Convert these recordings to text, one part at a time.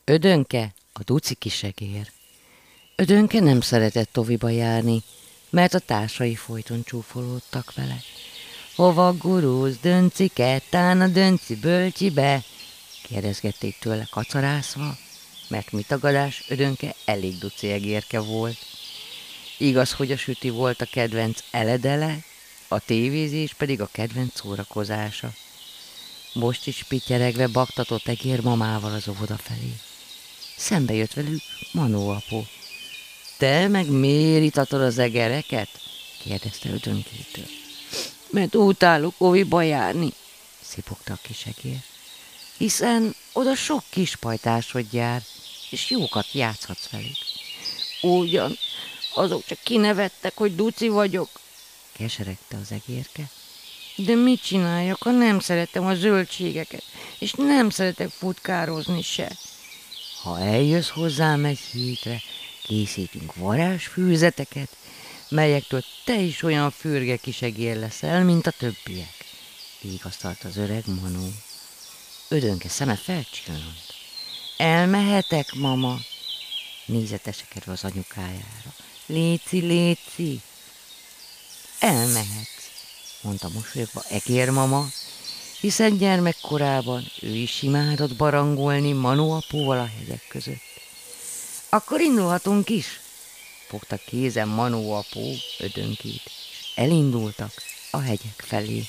Ödönke, a duci kisegér. Ödönke nem szeretett toviba járni, mert a társai folyton csúfolódtak vele. Hova gurulsz, döncike, tán a dönci bölcsibe? Kérdezgették tőle kacarászva, mert mi tagadás, Ödönke elég duci egérke volt. Igaz, hogy a süti volt a kedvenc eledele, a tévézés pedig a kedvenc szórakozása. Most is pityeregve baktatott egér mamával az óvoda felé. Szembe jött velük Manó apu. Te meg miért itatod az egereket? Kérdezte Ödönkétől. Mert utálok oviba járni, szipogta a kisegér. Hiszen oda sok kispajtásod jár, és jókat játszhatsz velük. Ugyan, azok csak kinevettek, hogy duci vagyok, keseregte az egérke. De mit csináljak, ha nem szeretem a zöldségeket, és nem szeretek futkározni se? Ha eljössz hozzám egy hétre, készítünk varázsfűzeteket, melyektől te is olyan fürge kisegér leszel, mint a többiek, vigasztalt az öreg Manó. Ödönke szeme felcsillant. Elmehetek, mama? Nézetesekedve az anyukájára. Léci. Elmehetsz, mondta mosolyogva egérmama, hiszen gyermekkorában ő is imádott barangolni Manó apóval a hegyek között. Akkor indulhatunk is, fogta kézen Manó apó Ödönkét, és elindultak a hegyek felé.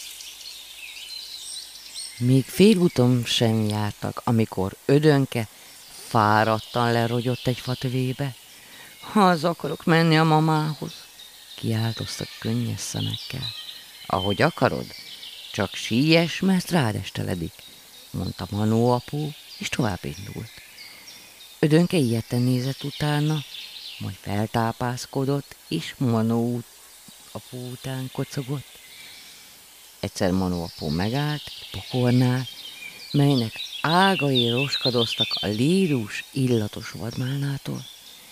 Még félúton sem jártak, amikor Ödönke fáradtan lerogyott egy fatövébe. Haza akarok menni a mamához, kiáltoztak könnyes szemekkel. Ahogy akarod, csak síess, mert rád esteledik, mondta Manó apu, és tovább indult. Ödönke ilyetten nézett utána, majd feltápászkodott, és Manó apu után kocogott. Egyszer Manó apu megállt egy pokornál, melynek ágai roskadoztak a lírus, illatos vadmálnától.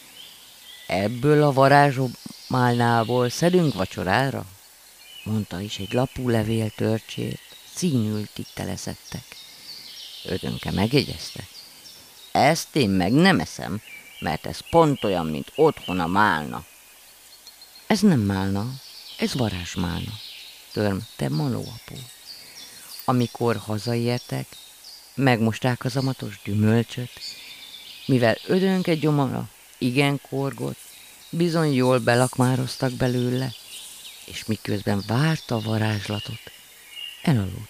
Ebből a varázsmálnából szedünk vacsorára, mondta, is egy lapú levél törcsét színültig teleszettek. Ödönke megjegyezte. Ezt én meg nem eszem, mert ez pont olyan, mint otthon a málna. Ez nem málna, ez varázsmálna, törmögte Manó apu. Amikor hazaértek, megmosták az amatos gyümölcsöt, mivel Ödönke gyomora igen korgott, bizony jól belakmároztak belőle, és miközben várta a varázslatot, elaludt.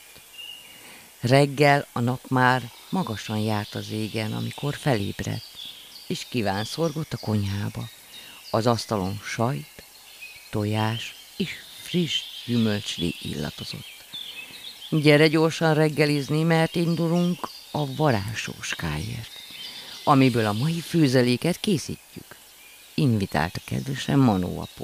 Reggel a nap már magasan járt az égen, amikor felébredt, és kívánszorgott a konyhába. Az asztalon sajt, tojás és friss gyümölcslé illatozott. Gyere gyorsan reggelizni, mert indulunk a varázssóskáért, amiből a mai főzeléket készítjük, invitálta kedvesen Manó apu.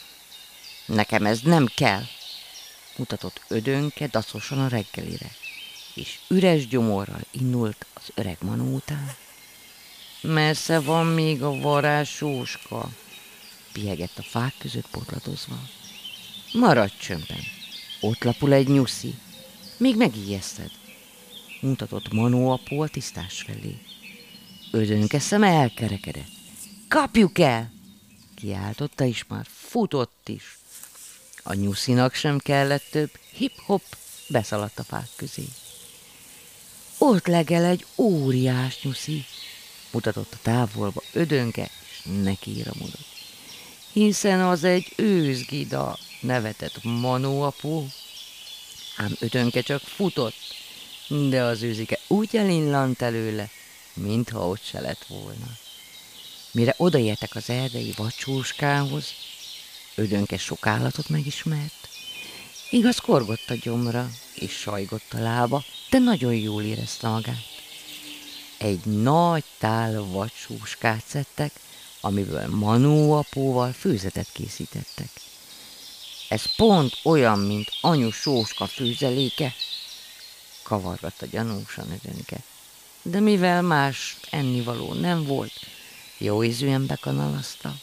Nekem ez nem kell, mutatott Ödönke dacosan a reggelire, és üres gyomorral indult az öreg Manó után. Messze van még a varázssóska, piegett a fák között potladozva. Maradj csömbben, ott lapul egy nyuszi, még megijeszted, mutatott Manó apu a tisztás felé. Ödönke szeme elkerekedett. Kapjuk el! Kiáltotta, és már futott is. A nyuszinak sem kellett több, hip-hop beszaladt a fák közé. Ott legel egy óriás nyuszi, mutatott a távolba Ödönke, és nekiíramodott. Hiszen az egy őzgida, nevetett Manó apu. Ám Ödönke csak futott, de az őzike úgy elillant előle, mintha ott se lett volna. Mire odaértek az erdei vacsóskához, Ödönke sok állatot megismert. Igaz, korgott a gyomra, és sajgott a lába, de nagyon jól érezte magát. Egy nagy tál vacsóskát szedtek, amiből Manó apóval főzetet készítettek. Ez pont olyan, mint anyu sóska főzeléke, kavargatta gyanúsan Ödönke. De mivel más ennivaló nem volt, jó ízűen bekanalazta.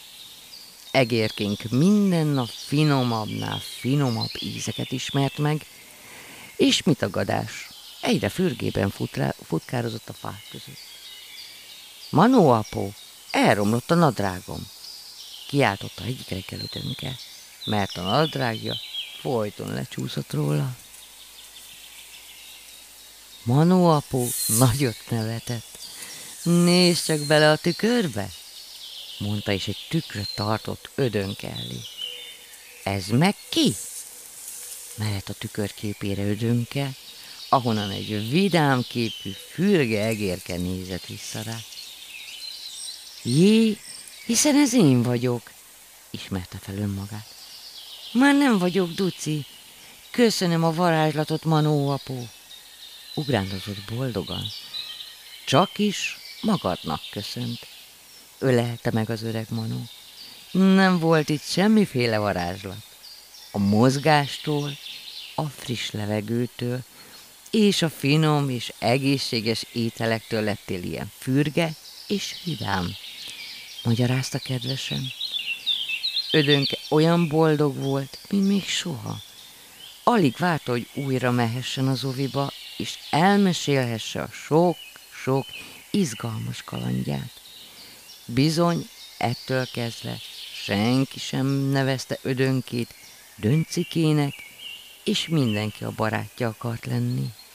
Egérkénk minden nap finomabbnál finomabb ízeket ismert meg, és mit tagadás, egyre fürgében futkározott a fák között. Manó apó, elromlott a nadrágom, kiáltotta egyik reggel Ödönke, mert a nadrágja folyton lecsúszott róla. Manó apó nagyot nevetett. Nézd csak bele a tükörbe, mondta, és egy tükröt tartott Ödönke elé. Ez meg ki? Merett a tükörképére Ödönke, ahonnan egy vidám képű fürge egérke nézett vissza rá. Jé, hiszen ez én vagyok, ismerte fel önmagát. Már nem vagyok Duci, köszönöm a varázslatot, Manó apó. Ugrándozott boldogan. Csak is magadnak köszönt, ölelte meg az öreg Manó. Nem volt itt semmiféle varázslat. A mozgástól, a friss levegőtől és a finom és egészséges ételektől lettél ilyen fürge és vidám, magyarázta kedvesen. Ödönke olyan boldog volt, mint még soha. Alig várta, hogy újra mehessen az oviba, és elmesélhesse a sok-sok izgalmas kalandját. Bizony, ettől kezdve senki sem nevezte Ödönkét Döncikének, és mindenki a barátja akart lenni.